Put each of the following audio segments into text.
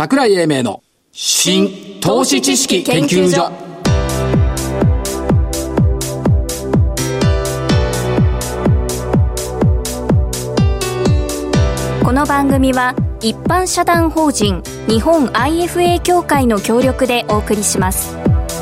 桜井英明の新投資知識研究所。 この番組は一般社団法人日本 IFA 協会の協力でお送りします。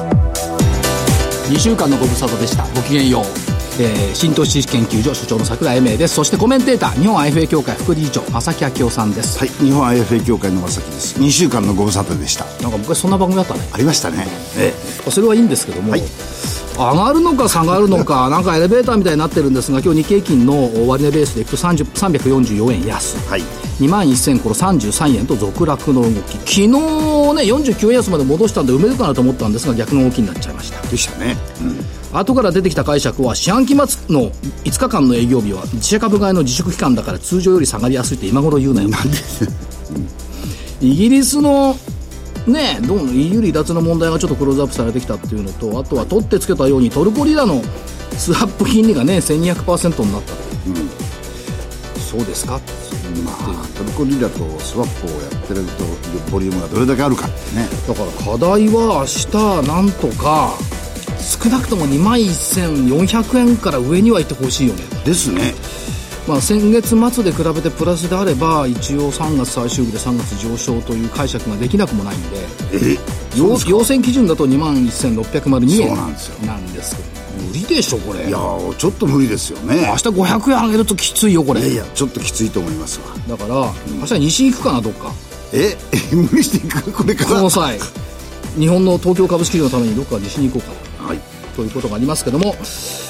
2週間のご無沙汰でした。ごきげんよう。新投資知識研究所所長の桜井英明です。そしてコメンテーター日本 IFA 協会副理事長正木昭夫さんです。 はい、日本 IFA 協会の正木です。2週間のご無沙汰でした。 なんか昔そんな番組あったね。 ありましたね。 それはいいんですけども、 はい、 上がるのか下がるのかなんかエレベーターみたいになってるんですが、今日日経金の終値ベースでいくと344円安、 はい、 21,033円と続落の動き。昨日ね49円安まで戻したんで埋めるかなと思ったんですが、逆の動きになっちゃいました。 でしたね。 後から出てきた解釈は、四半期末の5日間の営業日は自社株買いの自粛期間だから通常より下がりやすいって今頃言うなよ。 なんでイギリスのね、どうも EU 離脱の問題がちょっとクローズアップされてきたっていうのと、あとは取ってつけたようにトルコリラのスワップ金利がね 1200% になったと、そうですか、 トルコリラとスワップをやってるとボリュームがどれだけあるかってね。 だから課題は明日なんとか少なくとも 21,400 円から上には行ってほしいよね。 ですね。 先月末で比べてプラスであれば一応3月最終日で3月上昇という解釈ができなくもないんで、要線基準だと 21,602 円なんですけど、無理でしょこれ。 いやちょっと無理ですよね。 明日500円上げるときついよこれ。 いやちょっときついと思いますわ。 だから明日西行くかな、どっか。 無理していく。これからこの際日本の東京株式市場のためにどっか西に行こうかな、ということがありますけども、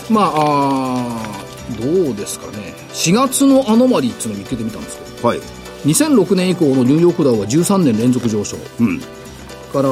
どうですかね。4月のアノマリーっていうのを見つけてみたんですけど、2006年以降のニューヨークダウは13年連続上昇、から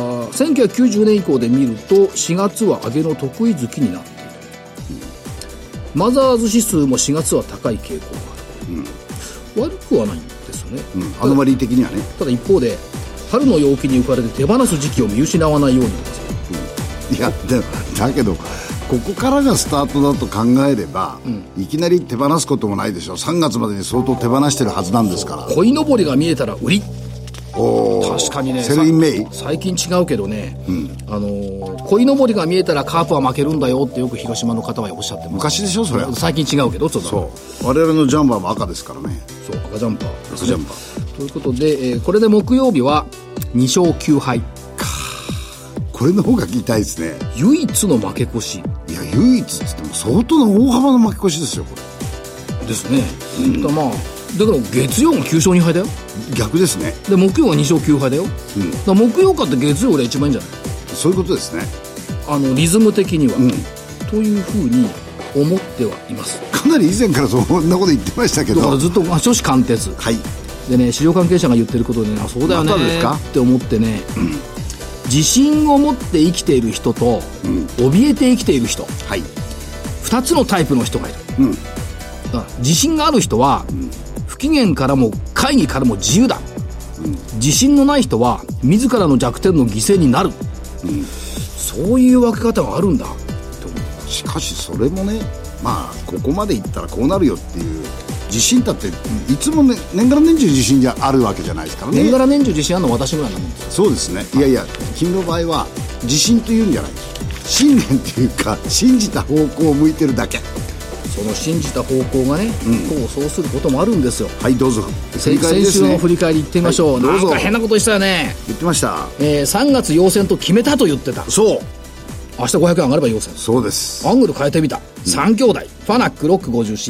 1990年以降で見ると4月は上げの得意月になっている、マザーズ指数も4月は高い傾向がある、悪くはないんですよね、 アノマリー的にはね。 ただ一方で春の陽気に浮かれて手放す時期を見失わないようにいやだけどここからがスタートだと考えれば、いきなり手放すこともないでしょ。3月までに相当手放してるはずなんですから。 鯉のぼりが見えたら売り。確かにね、 セルインメイ最近違うけどね、鯉のぼりが見えたらカープは負けるんだよってよく広島の方はおっしゃってます。 昔でしょそれは。 最近違うけどちょっとそう我々のジャンバーも赤ですからね。 そう赤ジャンパーですね。ということで、これで木曜日は2勝9敗。 これの方が聞きたいですね。 唯一の負け越し。 いや唯一っつっても相当な大幅な負け越しですよこれ。 ですね。だから月曜が9勝2敗だよ。 逆ですね。 で木曜が2勝9敗だよ、だから木曜勝って月曜が一番いいんじゃない。 そういうことですね。 リズム的には、というふうに思ってはいます。 かなり以前からそんなこと言ってましたけど、 だからずっと初志貫徹、でね、市場関係者が言ってることでね、そうだよねって思ってね、自信を持って生きている人と、怯えて生きている人、2つのタイプの人がいる、自信がある人は、不機嫌からも会議からも自由だ、自信のない人は自らの弱点の犠牲になる、そういう分け方があるんだと思う。 しかしそれもね、ここまでいったらこうなるよっていう自信だって、いつもね年がら年中自信じゃあるわけじゃないですからね。 年がら年中自信あるのは私ぐらいなもんです。 そうですね。いや君の場合は自信というんじゃない、信念というか信じた方向を向いてるだけ。 その信じた方向がね、そうすることもあるんですよ。 どうぞ。 先週の振り返り言ってみましょう。なんか変なことしたよね。 言ってました。 3月陽線と決めたと言ってた。 そう。 明日500円上がれば陽線。 そうです。 アングル変えてみた。3兄弟ファナックロック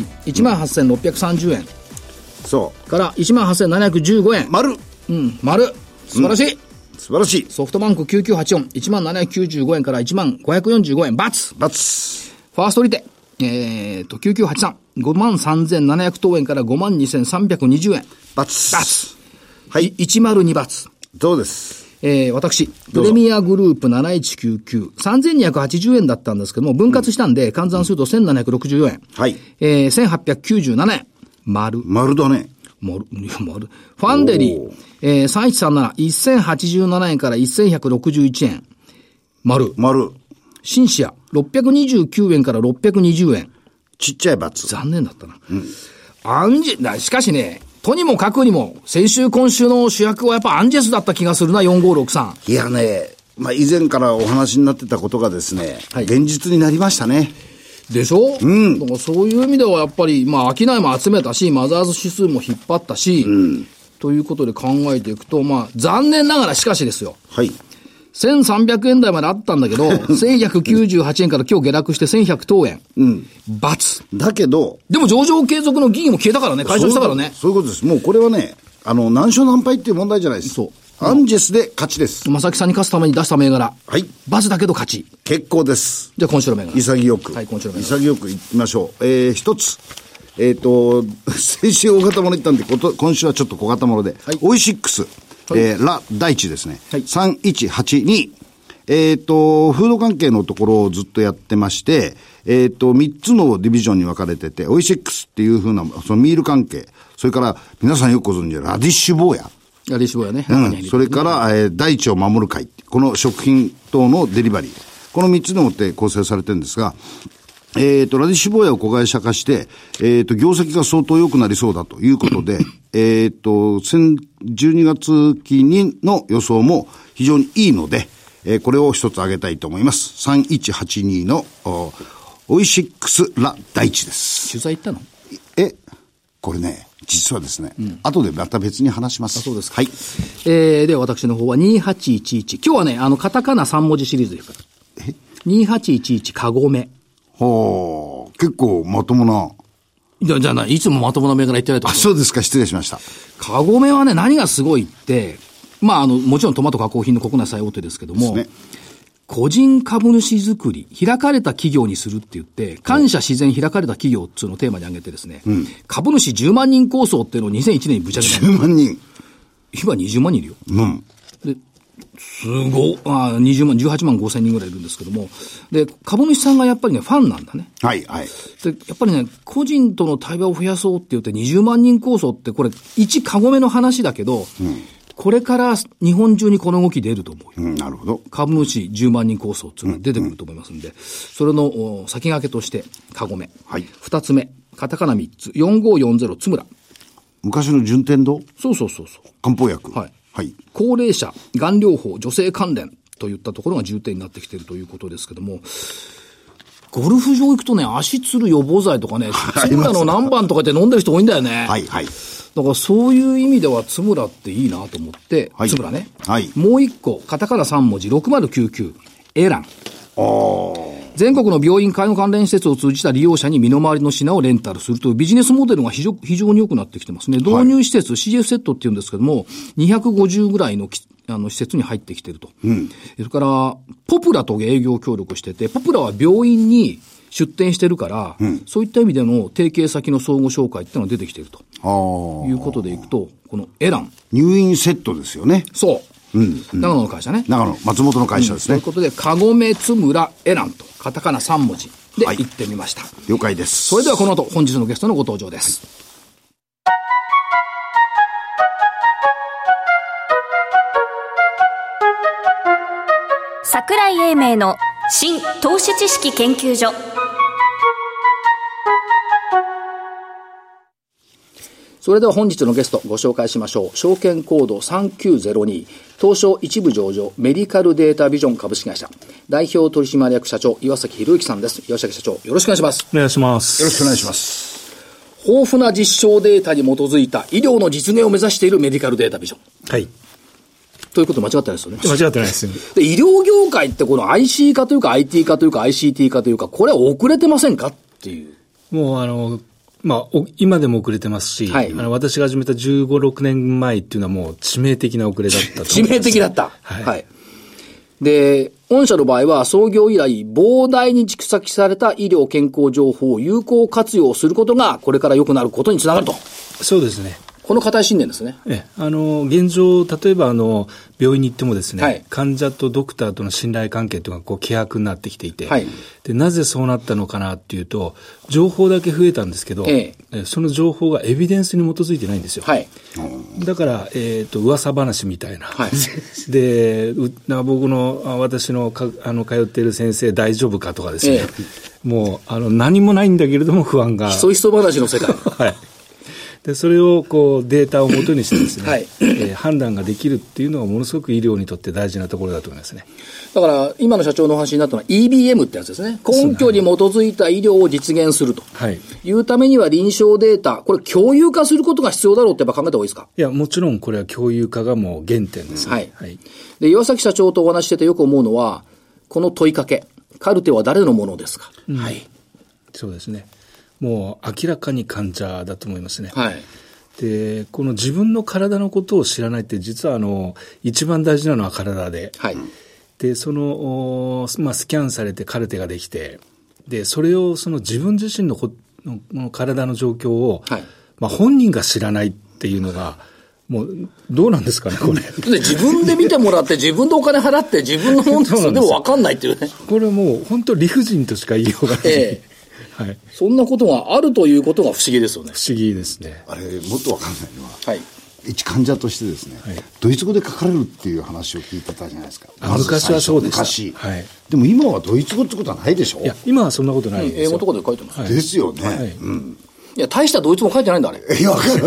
54、18,630円。そうから18,715円。 丸。 丸。素晴らしい。 素晴らしい。 ソフトバンク9984、1795円から1545円。×。ファーストリテ。9983、53,700等円から52,320円。 ×。 102×。 そうです。 私、プレミアグループ7199、3280円だったんですけども、分割したんで、換算すると1764円。1897円。丸だね。 丸。ファンデリー、3137、1087円から1161円。丸。シンシア、629円から620円。 ちっちゃい×。 残念だったな。しかしね、 とにもかくにも、先週今週の主役はやっぱアンジェスだった気がするな、4563。 いやね、以前からお話になってたことがですね、現実になりましたね。 でしょ、だからそういう意味ではやっぱり、商いも集めたし、マザーズ指数も引っ張ったし、ということで考えていくと、残念ながらしかしですよ。1300円台まであったんだけど、1198円から今日下落して1100等円。×。 だけど。 でも上場継続の疑義も消えたからね、解消したからね。 そういうことです。もうこれはね、何勝何敗っていう問題じゃないです。 そう。 アンジェスで勝ちです。 正木さんに勝つために出した銘柄。×だけど勝ち。 結構です。 じゃあ今週の銘柄。 潔く。 今週の銘柄。 潔くいきましょう。一つ。先週大型物言ったんで、今週はちょっと小型物で。オイシックス。ラ・大地ですね。3182。フード関係のところをずっとやってまして、3つのディビジョンに分かれてて、オイシックスっていう風な、そのミール関係、それから皆さんよくご存知のラディッシュ坊や。 ラディッシュ坊やね。 それから、大地を守る会。この食品等のデリバリー。この3つでもって構成されてるんですが、ラディッシュ坊やを子会社化して、業績が相当良くなりそうだということで、12月期の予想も非常にいいので、これを一つ挙げたいと思います。3182のオイシックスラ大地です。 取材行ったの？ これね、実はですね、後でまた別に話します。 そうですか。では私の方は2811。今日はね、カタカナ3文字シリーズですから。2811カゴメ。 結構まともな。 じゃない、いつもまともな銘柄言ってないと。 そうですか、失礼しました。 カゴメはね、何がすごいって、もちろんトマト加工品の国内最大手ですけども、個人株主作り、開かれた企業にするって言って、感謝自然開かれた企業っていうのをテーマに挙げてですね、株主10万人構想っていうのを2001年にぶち上げた。 10万人。 今20万人いるよ。ですごい、20万、18万5千人ぐらいいるんですけども、で、株主さんがやっぱりね、ファンなんだね。で、やっぱりね、個人との対話を増やそうって言って20万人構想って、これ、一カゴメの話だけど、これから日本中にこの動き出ると思うよ。 なるほど。 株主10万人構想っていうのが出てくると思いますんで、それの先駆けとしてカゴメ。二つ目、カタカナ3つ、4540つむら。 昔の順天堂？ そう。 漢方薬。 高齢者、がん療法、女性関連といったところが重点になってきているということですけども、ゴルフ場行くとね、足つる予防剤とかね、つむらの何番とかって飲んでる人多いんだよね。だからそういう意味ではつむらっていいなと思って、つむらね。もう一個、カタカナ3文字、6099、エラン。全国の病院、介護関連施設を通じた利用者に身の回りの品をレンタルするというビジネスモデルが非常に良くなってきてますね。導入施設、CF セットって言うんですけども、250ぐらいの施設に入ってきてると。それから、ポプラと営業協力してて、ポプラは病院に出店してるから、そういった意味での提携先の相互紹介っていうのが出てきてると。いうことでいくと、このエラン。 入院セットですよね。 そう。長野の会社ね。 松本の会社ですね。 ということで、カゴメつむらエランと、カタカナ3文字で言ってみました。 了解です。 それではこの後、本日のゲストのご登場です。 櫻井英明の新投資知識研究所。 それでは本日のゲストご紹介しましょう。証券コード3902、東証一部上場メディカルデータビジョン株式会社代表取締役社長岩崎博之さんです。岩崎社長、よろしくお願いします。 お願いします。 よろしくお願いします。 豊富な実証データに基づいた医療の実現を目指しているメディカルデータビジョン。ということ間違ってないですよね。 間違ってないですよ。 で、医療業界ってこの IC 化というか IT 化というか ICT 化というか、これは遅れてませんかっていう。 もう今でも遅れてますし、私が始めた15、6年前っていうのはもう致命的な遅れだったと思います。 致命的だった。で、御社の場合は創業以来膨大に蓄積された医療健康情報を有効活用することがこれから良くなることにつながると。 そうですね。 この固い信念ですね。 現状、例えば病院に行ってもですね、患者とドクターとの信頼関係というのが希薄になってきていて、で、なぜそうなったのかなっていうと、情報だけ増えたんですけど、その情報がエビデンスに基づいてないんですよ。だから、噂話みたいな。で、私の通っている先生大丈夫かとかですね、もう、何もないんだけれども不安が。 ひそひそ話の世界。 でそれをこうデータを元にしてですね、はい判断ができるっていうのがものすごく医療にとって大事なところだと思いますね。 だから今の社長のお話になったのは EBM ってやつですね。根拠に基づいた医療を実現するというためには臨床データ、これ共有化することが必要だろうってやっぱ考えた方がいいですか？ いや、もちろんこれは共有化がもう原点ですね。 はい。はい、で、岩崎社長とお話しててよく思うのは、この問いかけ、カルテは誰のものですか？はい。 そうですね。もう明らかに患者だと思いますね。 はい。 で、この自分の体のことを知らないって実は一番大事なのは体で。 はい。 で、スキャンされてカルテができて、で、それを自分自身の体の状況を、はい、本人が知らないっていうのが、もう、どうなんですかね、これ。 で、自分で見てもらって、自分でお金払って、自分のもんですよ。でも分かんないっていうね。 これはもう、本当理不尽としか言いようがない。 はい。そんなことがあるということが不思議ですよね。 不思議ですね。 あれ、もっと分かんないのは、 はい。 一患者としてですね、はい、ドイツ語で書かれるっていう話を聞いてたじゃないですか。 昔はそうでした。 昔。はい。でも今はドイツ語ってことはないでしょ？ いや、今はそんなことないんですよ。 英語とかで書いてます。 はい、ですよね。はい。 うん。いや、大したドイツ語書いてないんだ、あれ。 いや、わかる。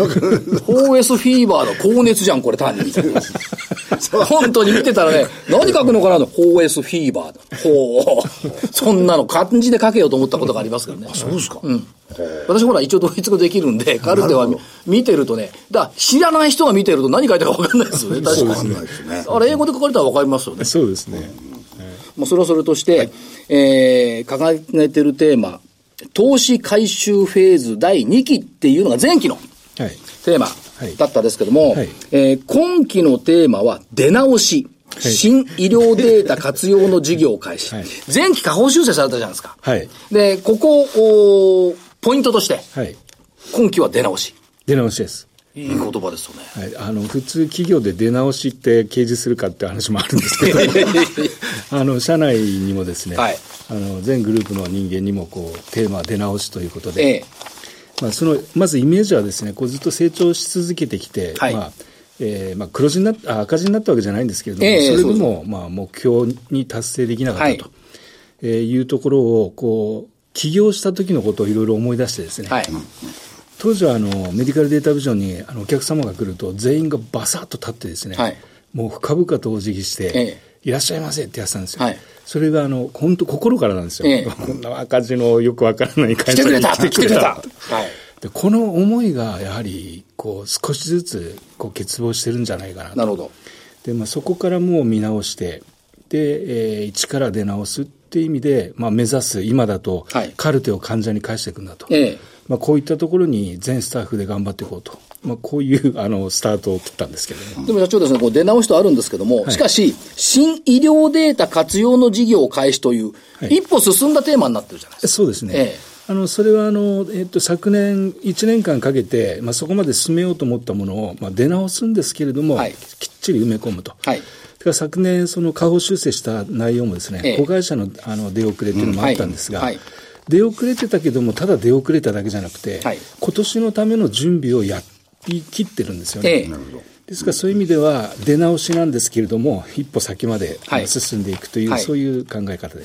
4S フィーバーの高熱じゃん、これ単に。本当に見てたらね、何書くのかなの 4S フィーバー。ほう。そんなの漢字で書けようと思ったことがありますけどね。 あ、そうですか。 うん。私ほら一応ドイツ語できるんで、カルテは見てるとね、知らない人が見てると何書いてるか分かんないですよね、確かに。あれ英語で書かれたら分かりますよね。 そうですね。 もうそれはそれとして、はい、掲げてるテーマ、投資回収フェーズ第2期っていうのが前期のテーマだったんですけども、はい今期のテーマは出直し、はい、新医療データ活用の事業開始。はい、前期下方修正されたじゃないですか。はい、で、ここをポイントとして、はい、今期は出直し。 出直しです。 いい言葉ですよね。はい、普通企業で出直しって掲示するかって話もあるんですけど、社内にもですね、はい、全グループの人間にもテーマは出直しということで、まずイメージはですね、ずっと成長し続けてきて、はい赤字になったわけじゃないんですけれども、それでも目標に達成できなかったというところを起業した時のことをいろいろ思い出してですね、はい、当時はメディカルデータビジョンにお客様が来ると全員がバサッと立ってですね、はい、もう深々とお辞儀して、いらっしゃいませってやってたんですよ。はい、それが本当心からなんですよ。こんな赤字のよくわからない会社に来てくれた。はい、でこの思いがやはり少しずつ欠乏してるんじゃないかなと。 なるほど。 で、そこからもう見直してで、一から出直すっていう意味で、目指す今だと、カルテを患者に返していくんだと、こういったところに全スタッフで頑張っていこうと、こういうスタートを切ったんですけども、 でも社長ですね、出直しとあるんですけども、しかし新医療データ活用の事業開始という、一歩進んだテーマになってるじゃないですか。 そうですね。それは昨年1年間かけて、そこまで進めようと思ったものを、出直すんですけれども、きっちり埋め込むと。昨年下方修正した内容もですね、子会社の出遅れというのもあったんですが、出遅れてたけども、ただ出遅れただけじゃなくて、今年のための準備をやりきってるんですよね。なるほど。ですからそういう意味では出直しなんですけれども、一歩先まで進んでいくという、そういう考え方です。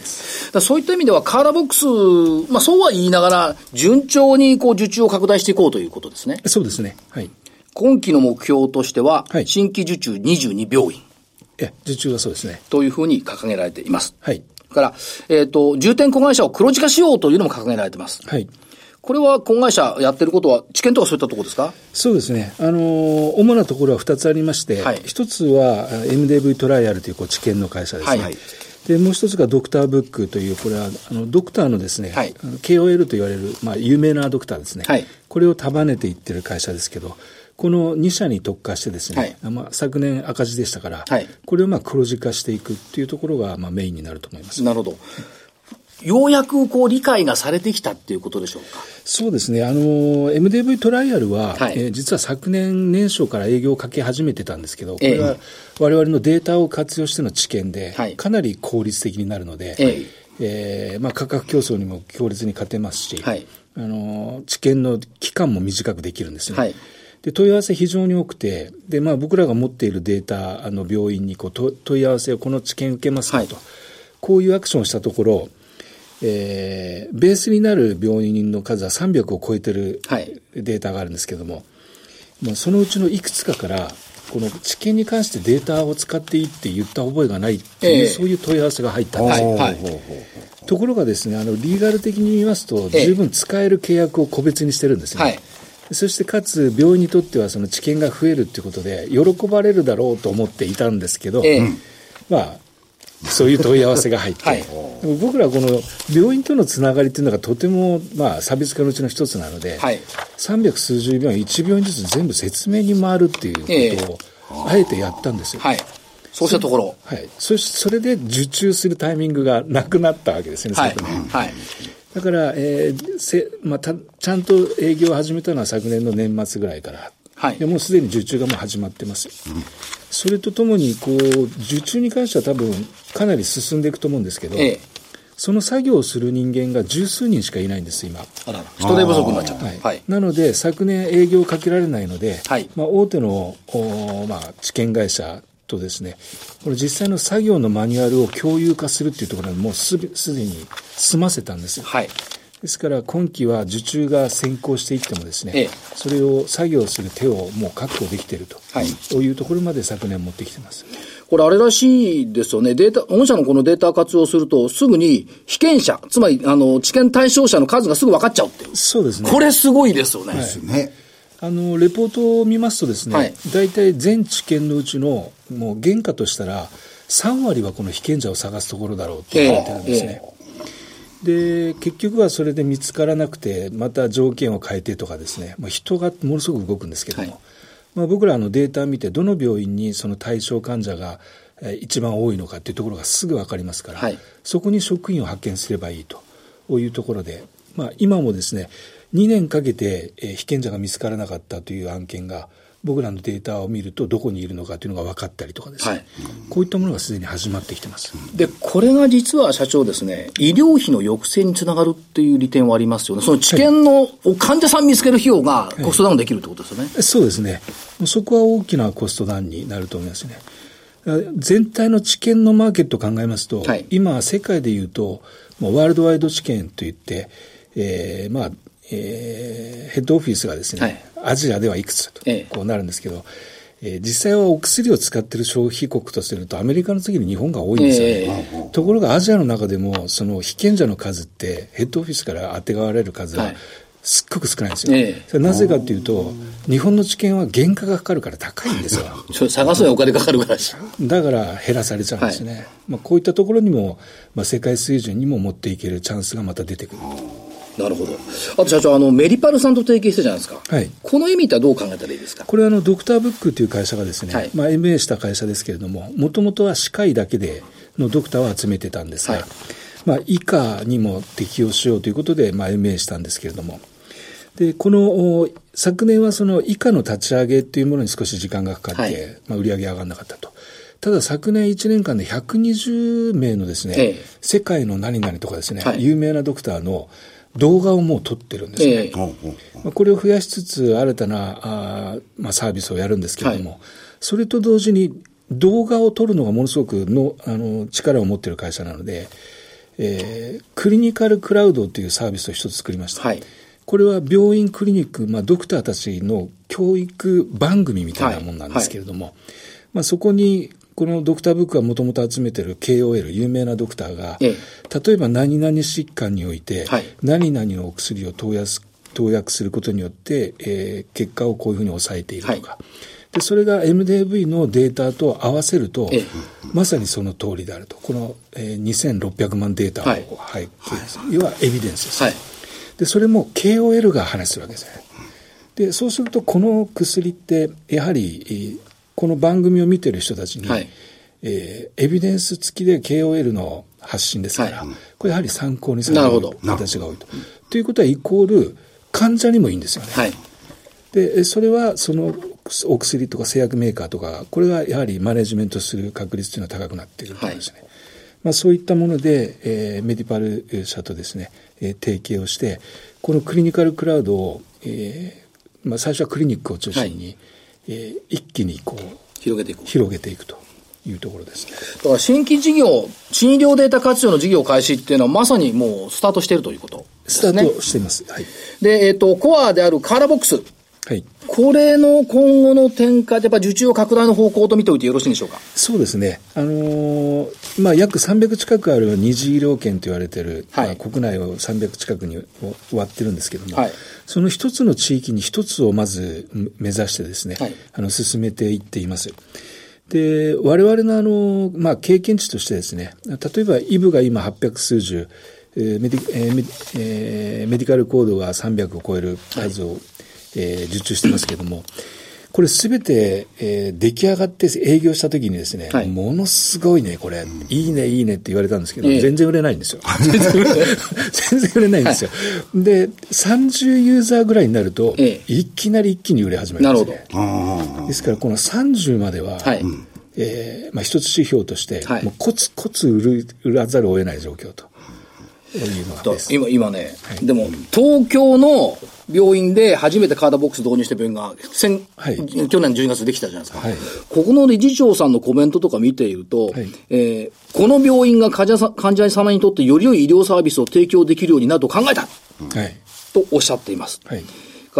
そういった意味ではカーラボックス、そうは言いながら順調に受注を拡大していこうということですね。 そうですね。はい。 今期の目標としては、新規受注22病院。 受注はそうですね。 というふうに掲げられています。 はい。 から、重点子会社を黒字化しようというのも掲げられています。はい。これは子会社やってることは、知見とかそういったところですか？ そうですね。主なところは2つありまして、一つは MDV トライアルという知見の会社ですね。はい。で、もう一つがドクターブックという、これはドクターのですね、KOL と言われる、有名なドクターですね。はい。これを束ねていってる会社ですけど、この2社に特化してですね、昨年赤字でしたから、これを黒字化していくっていうところがメインになると思います。 なるほど。ようやく理解がされてきたっていうことでしょうか？ そうですね。MDV トライアルは、実は昨年年初から営業をかけ始めてたんですけど、これは我々のデータを活用しての知見で、かなり効率的になるので、価格競争にも強烈に勝てますし、知見の期間も短くできるんですね。で、問い合わせ非常に多くて、で、僕らが持っているデータ、病院に問い合わせをこの知見受けますかと、こういうアクションをしたところ、ベースになる病院の数は300を超えてるデータがあるんですけども、 まあ、そのうちのいくつかからこの知見に関してデータを使っていいって言った覚えがないっていう、そういう問い合わせが入ったんですよ。ところがですね、リーガル的に言いますと、十分使える契約を個別にしてるんですよね。そしてかつ病院にとってはその知見が増えるっていうことで喜ばれるだろうと思っていたんですけど、まあそういう問い合わせが入って、でも僕らはこの病院とのつながりっていうのがとてもまあ差別化のうちの一つなので、300数十病院1病院ずつ全部説明に回るっていうことをあえてやったんですよ。 そうしたところ、 それで受注するタイミングがなくなったわけですね、昨年。だから、ちゃんと営業を始めたのは昨年の年末ぐらいから、でもうすでに受注がもう始まってます。それとともに受注に関しては多分かなり進んでいくと思うんですけど、その作業をする人間が十数人しかいないんです、今。 人手不足になっちゃった。 なので昨年営業をかけられないので、大手の知見会社とですね、これ実際の作業のマニュアルを共有化するっていうところでもうすでに済ませたんですよ。ですから今期は受注が先行していってもですね、それを作業する手をもう確保できているというところまで昨年持ってきてます。 これあれらしいですよね。御社のこのデータを活用するとすぐに被験者、つまり治験対象者の数がすぐ分かっちゃうっていう。 そうですね。 これすごいですよね。 レポートを見ますとですね、大体全治験のうちのもう原価としたら3割はこの被験者を探すところだろうと言われてるんですね。で結局はそれで見つからなくてまた条件を変えてとかですね、人がものすごく動くんですけども、僕らデータを見てどの病院にその対象患者が一番多いのかっていうところがすぐ分かりますから、そこに職員を派遣すればいいというところで、今もですね2年かけて被験者が見つからなかったという案件が僕らのデータを見るとどこにいるのかというのが分かったりとかですね、こういったものがすでに始まってきてます。 でこれが実は社長ですね、医療費の抑制につながるっていう利点はありますよね。その治験の患者さん見つける費用がコストダウンできるってことですよね。 そうですね。そこは大きなコストダウンになると思いますね。全体の治験のマーケットを考えますと、今世界でいうとワールドワイド治験といって、ヘッドオフィスがですね、アジアではいくつとこうなるんですけど、実際はお薬を使っている消費国とするとアメリカの次に日本が多いんですよね。ところがアジアの中でもその被験者の数ってヘッドオフィスからあてがわれる数はすっごく少ないんですよ。それなぜかというと日本の治験は原価がかかるから高いんですよ。 探すのにお金かかるからだから減らされちゃうんですね。こういったところにも、世界水準にも持っていけるチャンスがまた出てくる。 なるほど。あと社長、メディパルさんと提携してるじゃないですか。この意味ってどう考えたらいいですか。 これはドクターブックという会社がですね、MA した会社ですけれども、もともとは歯科医だけでのドクターを集めてたんですが、医科にも適用しようということで、MA したんですけれども、でこの昨年はその医科の立ち上げというものに少し時間がかかって、売り上げ上がらなかったと。ただ昨年1年間で120名のですね、世界の何々とかですね、有名なドクターの動画をもう撮ってるんですね。これを増やしつつ新たなサービスをやるんですけれども、それと同時に動画を撮るのがものすごく力を持っている会社なので、クリニカルクラウドというサービスを一つ作りました。これは病院クリニック、ドクターたちの教育番組みたいなものなんですけれども、そこにこのドクターブックがもともと集めている KOL、有名なドクターが、例えば何々疾患において、何々のお薬を投薬することによって、結果をこういうふうに抑えているとか、でそれが MDV のデータと合わせると、まさにその通りであると。この、2600万データを背景する、要はエビデンスです。でそれも KOL が話するわけですね。でそうするとこの薬ってやはりこの番組を見てる人たちに、エビデンス付きで KOL の発信ですから、これやはり参考にされる形が多いと。ということはイコール患者にもいいんですよね。でそれはそのお薬とか製薬メーカーとか、これがやはりマネジメントする確率というのは高くなっているとですね。そういったもので、メディパル社とですね、提携をしてこのクリニカルクラウドを、最初はクリニックを中心に、一気に広げていくというところですね。 だから新規事業、新医療データ活用の事業開始っていうのはまさにもうスタートしているということですね。 スタートしています。 で、コアであるカーラボックス。 これの今後の展開でやっぱ受注を拡大の方向と見ておいてよろしいんでしょうか。 そうですね。約300近くある二次医療圏と言われている、国内を300近くに割ってるんですけども、その一つの地域に一つをまず目指してですね、進めていっています。で、我々の経験値としてですね、例えばイブが今800数十、メディカルコードが300を超える数を、受注してますけども、これすべて、出来上がって営業したときにですね、ものすごいね、これ、いいね、いいねって言われたんですけど、全然売れないんですよ。全然売れないんですよ。で、30ユーザーぐらいになると、一気に売れ始めるんですね。なるほど。ですから、この30までは、一つ指標として、もうコツコツ売らざるを得ない状況と。いうのです今ね、でも東京の病院で初めてカードボックス導入した病院が去年12月できたじゃないですか、ここの理事長さんのコメントとか見ていると、この病院が患者様にとってより良い医療サービスを提供できるようになると考えた、とおっしゃっています、から、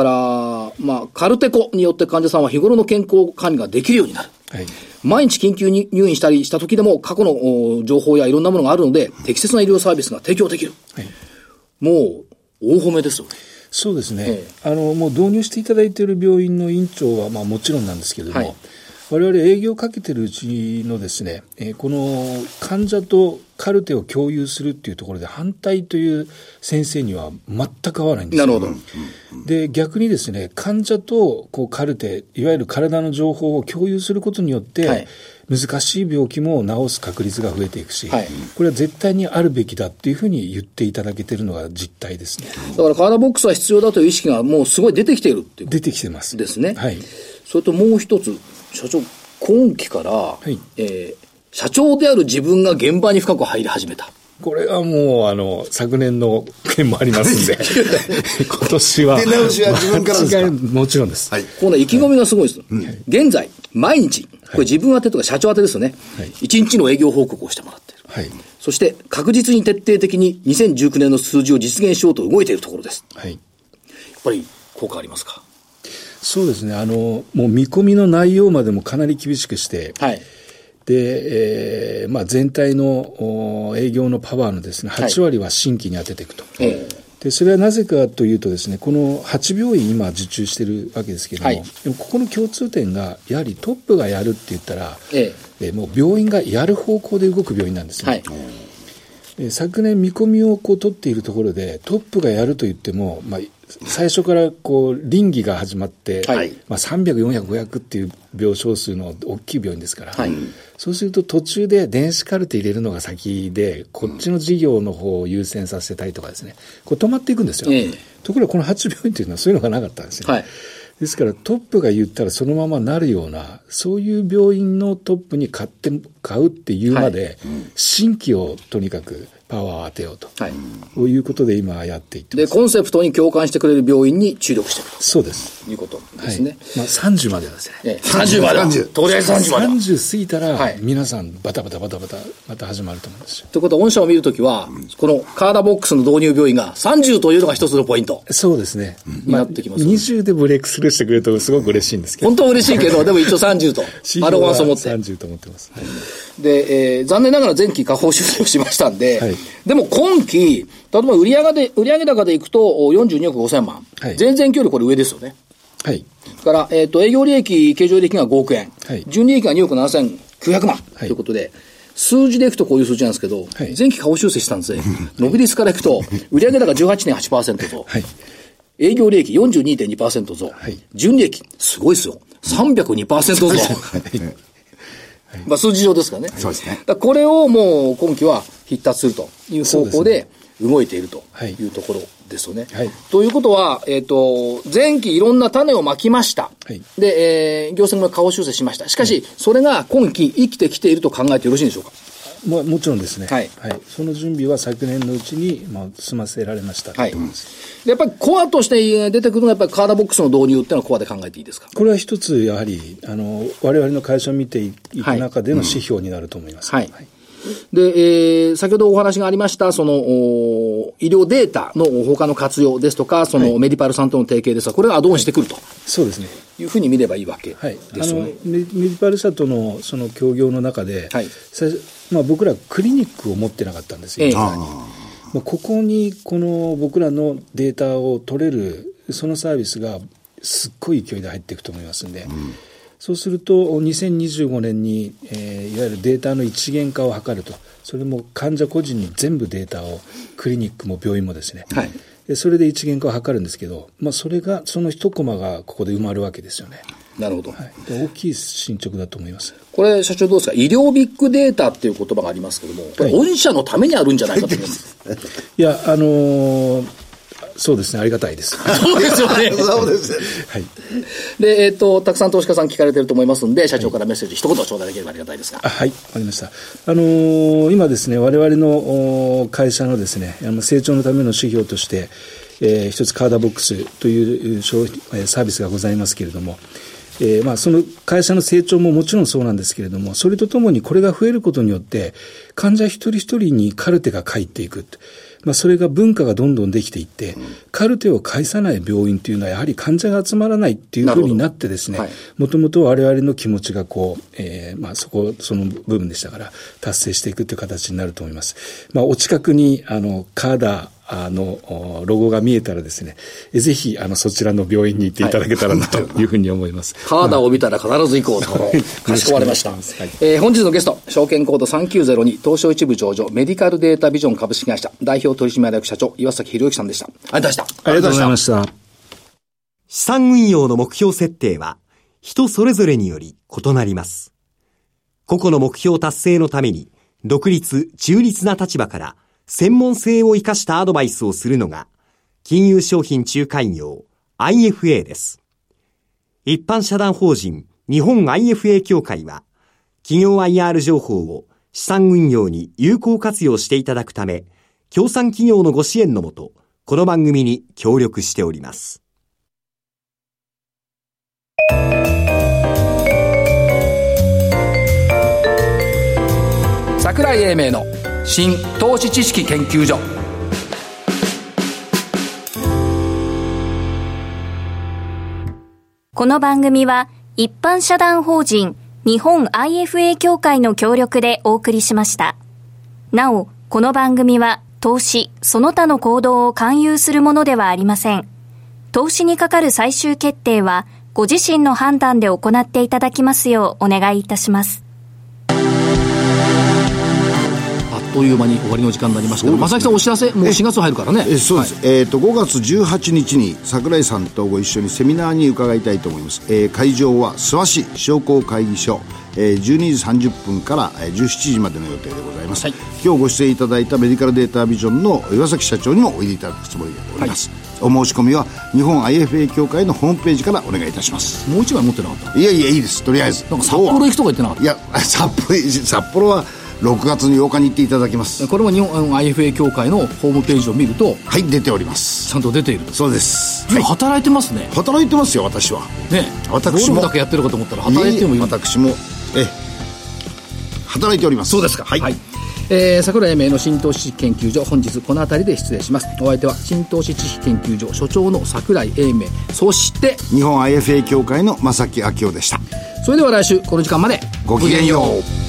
カルテコによって患者さんは日頃の健康管理ができるようになる、毎日緊急に入院したりした時でも過去の情報やいろんなものがあるので適切な医療サービスが提供できる、もう大褒めですよね。 そうですね、もう導入していただいている病院の院長はもちろんなんですけれども、我々営業をかけてるうちのですね、この患者とカルテを共有するっていうところで反対という先生には全く合わないんですよ。 なるほど。 で、逆にですね、患者とカルテ、いわゆる体の情報を共有することによって、難しい病気も治す確率が増えていくし、これは絶対にあるべきだっていうふうに言っていただけているのが実態ですね。 だからカードボックスは必要だという意識がもうすごい出てきているっていう。 出てきてます。 ですね。それともう一つ、社長、今期から、社長である自分が現場に深く入り始めた。 これはもう現年の件もありますんで今年は出直しは自分からですか。 もちろんです、 この意気込みがすごいです、現在毎日これ自分宛てとか社長宛てですよね、1日の営業報告をしてもらっている、そして確実に徹底的に2019年の数字を実現しようと動いているところです、やっぱり効果ありますか。 そうですね、もう見込みの内容までもかなり厳しくして、で、全体の営業のパワーのですね、8割は新規に当てていくと。で、それはなぜかというとですね、この8病院今受注してるわけですけれども、でもここの共通点が、やはりトップがやるって言ったら、もう病院がやる方向で動く病院なんですね。昨年見込みを取っているところで、トップがやると言っても、最初から倫理が始まって、300、400、500っていう病床数の大きい病院ですから、そうすると途中で電子カルテ入れるのが先で、こっちの事業の方を優先させたいとかですね、止まっていくんですよ。ところがこの8病院というのはそういうのがなかったんですよ。ですからトップが言ったらそのままなるような、そういう病院のトップに買うっていうまで、新規をとにかくパワーを当てようと、そういうことで今やっていってます。 で、コンセプトに共感してくれる病院に注力していくと。 そうです。 いうことですね。 30まではですね。 30までは。とりあえず30までは。 30過ぎたら、皆さんバタバタまた始まると思うんですよ。 ということは、御社を見るときは、このカーダボックスの導入病院が30というのが一つのポイント。 そうですね。 なってきます。 20でブレイクスルーしてくれるとすごく嬉しいんですけど。 本当は嬉しいけど、でも一応30と。アロガンスを持って。 30と思ってます。 で、残念ながら前期下方修正をしましたんで、でも今期、例えば売上高でいくと42億5000万。前々期よりこれ上ですよね。から、営業利益、経常利益が5億円。純利益が2億7900万。ということで、数字でいくとこういう数字なんですけど、前期下方修正したんですね。伸び率からいくと、売上高 18.8% 増。営業利益 42.2% 増。純利益、すごいですよ。302% 増。数字上ですからね。 そうですね。 これをもう今期は必達するという方向で動いているというところですよね。ということは、前期いろんな種をまきました。で、業績の下方修正しました。しかし、それが今期生きてきていると考えてよろしいでしょうか。 もちろんですね。その準備は昨年のうちに、済ませられましたと思います。 でやっぱりコアとして出てくるのはやっぱりカーダボックスの導入っていうのはコアで考えていいですか。 これは一つやはり我々の会社を見ていく中での指標になると思います。 で、先ほどお話がありました、その、医療データの他の活用ですとか、そのメディパルさんとの提携ですが、これがアドオンしてくると。 そうですね。 いうふうに見ればいいわけですよね。 メディパル社とのその協業の中で、僕らクリニックを持ってなかったんですよ。ここにこの僕らのデータを取れるそのサービスがすっごい勢いで入っていくと思いますんで、そうすると2025年に、いわゆるデータの一元化を図ると。それも患者個人に全部データをクリニックも病院もですね、それで一元化を図るんですけど、それがその一コマがここで埋まるわけですよね。 なるほど、 大きい進捗だと思います。 これ社長どうですか。医療ビッグデータっていう言葉がありますけども、これ御社のためにあるんじゃないかと思います。 いや、そうですね、ありがたいです。 そうですよね。 そうです。 はい。で、たくさん投資家さん聞かれてると思いますんで、社長からメッセージ一言頂戴できればありがたいですが。 はい、わかりました。今ですね、我々の会社のですね、成長のための指標として、一つカーダボックスというサービスがございますけれども、その会社の成長ももちろんそうなんですけれども、それとともにこれが増えることによって患者一人一人にカルテが返っていく。それが文化がどんどんできていって、カルテを返さない病院というのはやはり患者が集まらないっていうふうになってですね、もともと我々の気持ちがその部分でしたから達成していくという形になると思います。お近くにカーダのロゴが見えたらですね、ぜひそちらの病院に行っていただけたらなというふうに思います。 カーダを見たら必ず行こうと。かしこまりました。本日のゲスト、証券コード3902東証一部上場メディカルデータビジョン株式会社代表取締役社長岩崎宏之さんでした。ありがとうございました。 ありがとうございました。 資産運用の目標設定は人それぞれにより異なります。個々の目標達成のために独立・中立な立場から専門性を生かしたアドバイスをするのが金融商品仲介業 IFA です。一般社団法人日本 IFA 協会は企業 IR 情報を資産運用に有効活用していただくため、協賛企業のご支援のもと、この番組に協力しております。 櫻井英明の新投資知識研究所。 この番組は一般社団法人日本 IFA 協会の協力でお送りしました。なお、この番組は投資その他の行動を勧誘するものではありません。投資にかかる最終決定はご自身の判断で行っていただきますようお願いいたします。 という間に終わりの時間になりましたけど、正木さんお知らせ、もう4月入るからね。 そうです、5月18日に櫻井さんとご一緒にセミナーに伺いたいと思います。会場は諏訪市商工会議所、12時30分から17時までの予定でございます、今日ご出演いただいたメディカルデータビジョンの岩崎社長にもおいでいただくつもりでおります、お申し込みは日本 IFA 協会のホームページからお願いいたします。 もう一枚持ってなかった？ いやいいです。とりあえずなんか札幌行くとか言ってなかった？ いや札幌は6月の8日に行っていただきます。 これも日本 IFA 協会のホームページを見ると、 はい、出ております。 ちゃんと出ている。 そうです、 働いてますね。 働いてますよ、私はね。 私もゴルフだけやってるかと思ったら働いてもいい。 私も働いております。 そうですか。櫻井英明の新投資知識研究所、本日この辺りで失礼します。お相手は新投資知識研究所所長の櫻井英明、そして日本 IFA 協会の正木昭夫でした。 それでは来週この時間までごきげんよう。